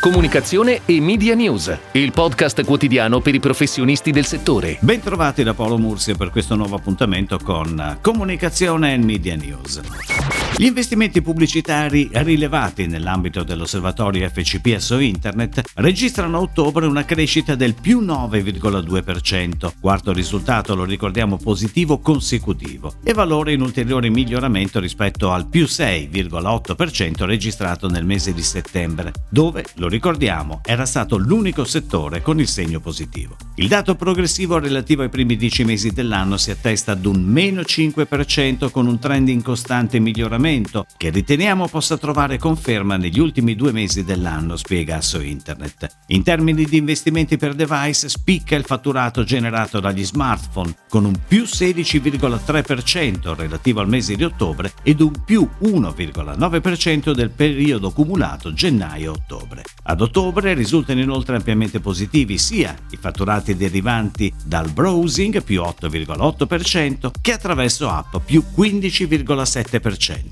Comunicazione e Media News, il podcast quotidiano per i professionisti del settore. Bentrovati da Paolo Murzio per questo nuovo appuntamento con Comunicazione e Media News. Gli investimenti pubblicitari rilevati nell'ambito dell'osservatorio FCPSO Internet registrano a ottobre una crescita del più 9,2%, quarto risultato, lo ricordiamo, positivo consecutivo, e valore in ulteriore miglioramento rispetto al più 6,8% registrato nel mese di settembre, dove, lo ricordiamo, era stato l'unico settore con il segno positivo. Il dato progressivo relativo ai primi 10 mesi dell'anno si attesta ad un meno 5% con un trend in costante miglioramento che riteniamo possa trovare conferma negli ultimi 2 mesi dell'anno, spiega ASSO Internet. In termini di investimenti per device spicca il fatturato generato dagli smartphone con un più 16,3% relativo al mese di ottobre ed un più 1,9% del periodo cumulato gennaio-ottobre. Ad ottobre risultano inoltre ampiamente positivi sia i fatturati derivanti dal browsing più 8,8% che attraverso app più 15,7%.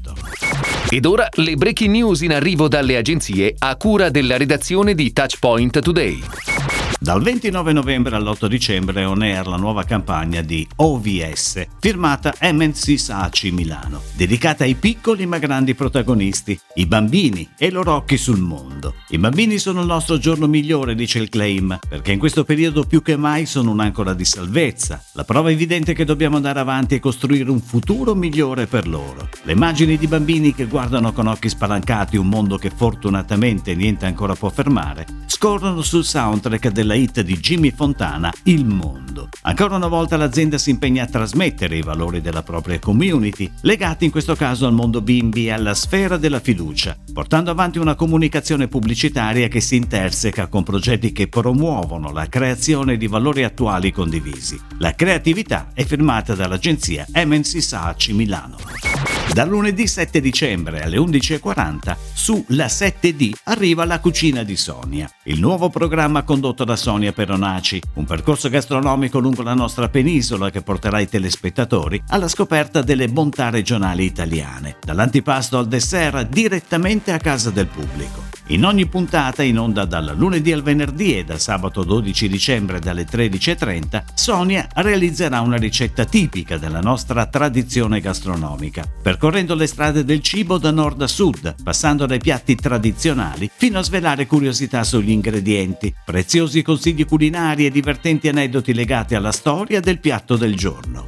Ed ora le breaking news in arrivo dalle agenzie a cura della redazione di Touchpoint Today. Dal 29 novembre all'8 dicembre è on air la nuova campagna di OVS, firmata MNC Saatchi Milano, dedicata ai piccoli ma grandi protagonisti, i bambini e i loro occhi sul mondo. I bambini sono il nostro giorno migliore, dice il claim, perché in questo periodo più che mai sono un'ancora di salvezza, la prova evidente che dobbiamo andare avanti e costruire un futuro migliore per loro. Le immagini di bambini che guardano con occhi spalancati un mondo che fortunatamente niente ancora può fermare, scorrono sul soundtrack della hit di Jimmy Fontana, Il Mondo. Ancora una volta l'azienda si impegna a trasmettere i valori della propria community, legati in questo caso al mondo bimbi e alla sfera della fiducia, portando avanti una comunicazione pubblicitaria che si interseca con progetti che promuovono la creazione di valori attuali condivisi. La creatività è firmata dall'agenzia MNC Saatchi Milano. Dal lunedì 7 dicembre alle 11:40 su La 7D arriva La Cucina di Sonia, il nuovo programma condotto da Sonia Peronaci, un percorso gastronomico lungo la nostra penisola che porterà i telespettatori alla scoperta delle bontà regionali italiane, dall'antipasto al dessert direttamente a casa del pubblico. In ogni puntata, in onda dal lunedì al venerdì e dal sabato 12 dicembre dalle 13:30, Sonia realizzerà una ricetta tipica della nostra tradizione gastronomica, percorrendo le strade del cibo da nord a sud, passando dai piatti tradizionali fino a svelare curiosità sugli ingredienti, preziosi consigli culinari e divertenti aneddoti legati alla storia del piatto del giorno.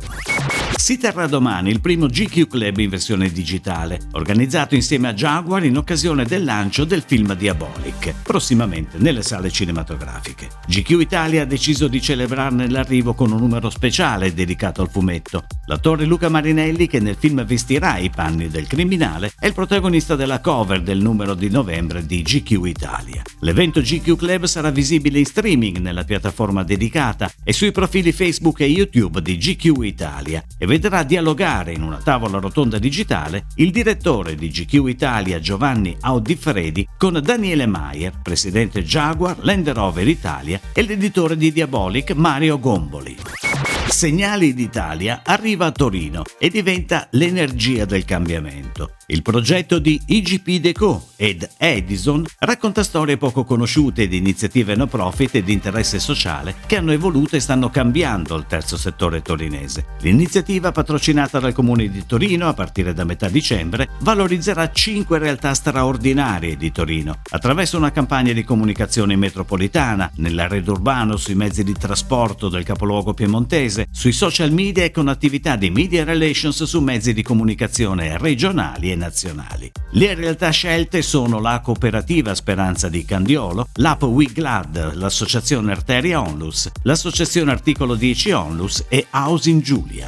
Si terrà domani il primo GQ Club in versione digitale, organizzato insieme a Jaguar in occasione del lancio del film Diabolic, prossimamente nelle sale cinematografiche. GQ Italia ha deciso di celebrarne l'arrivo con un numero speciale dedicato al fumetto. L'attore Luca Marinelli, che nel film vestirà i panni del criminale, è il protagonista della cover del numero di novembre di GQ Italia. L'evento GQ Club sarà visibile in streaming nella piattaforma dedicata e sui profili Facebook e YouTube di GQ Italia e vedrà dialogare in una tavola rotonda digitale il direttore di GQ Italia Giovanni Audifredi con Daniele Maier, presidente Jaguar Land Rover Italia, e l'editore di Diabolic Mario Gomboli. Segnali d'Italia arriva a Torino e diventa l'energia del cambiamento. Il progetto di IGP Deco ed Edison racconta storie poco conosciute di iniziative no profit e di interesse sociale che hanno evoluto e stanno cambiando il terzo settore torinese. L'iniziativa, patrocinata dal Comune di Torino a partire da metà dicembre, valorizzerà 5 realtà straordinarie di Torino attraverso una campagna di comunicazione metropolitana, nell'arredo urbano, sui mezzi di trasporto del capoluogo piemontese, sui social media e con attività di media relations su mezzi di comunicazione regionali e nazionali. Le realtà scelte sono la cooperativa Speranza di Candiolo, l'app We Glad, l'associazione Arteria Onlus, l'associazione Articolo 10 Onlus e Housing Giulia.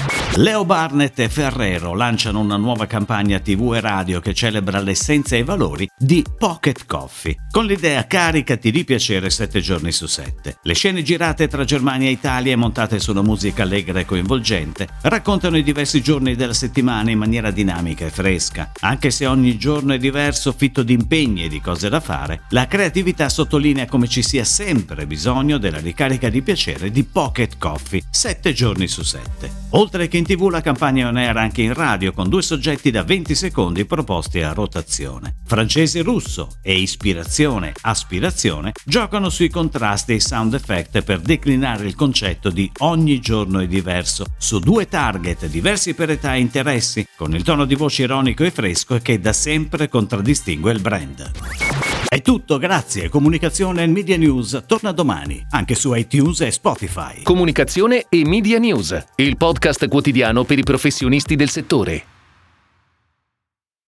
Leo Barnett e Ferrero lanciano una nuova campagna TV e radio che celebra l'essenza e i valori di Pocket Coffee, con l'idea caricati di piacere 7 giorni su 7. Le scene girate tra Germania e Italia e montate su una musica allegra e coinvolgente raccontano i diversi giorni della settimana in maniera dinamica e fresca. Anche se ogni giorno è diverso, fitto di impegni e di cose da fare, la creatività sottolinea come ci sia sempre bisogno della ricarica di piacere di Pocket Coffee 7 giorni su 7. Oltre che in In TV la campagna on air anche in radio con 2 soggetti da 20 secondi proposti a rotazione. Francese russo e ispirazione aspirazione giocano sui contrasti e sound effect per declinare il concetto di ogni giorno è diverso su 2 target diversi per età e interessi, con il tono di voce ironico e fresco che da sempre contraddistingue il brand. È tutto, grazie. Comunicazione e Media News torna domani, anche su iTunes e Spotify. Comunicazione e Media News, il podcast quotidiano per i professionisti del settore.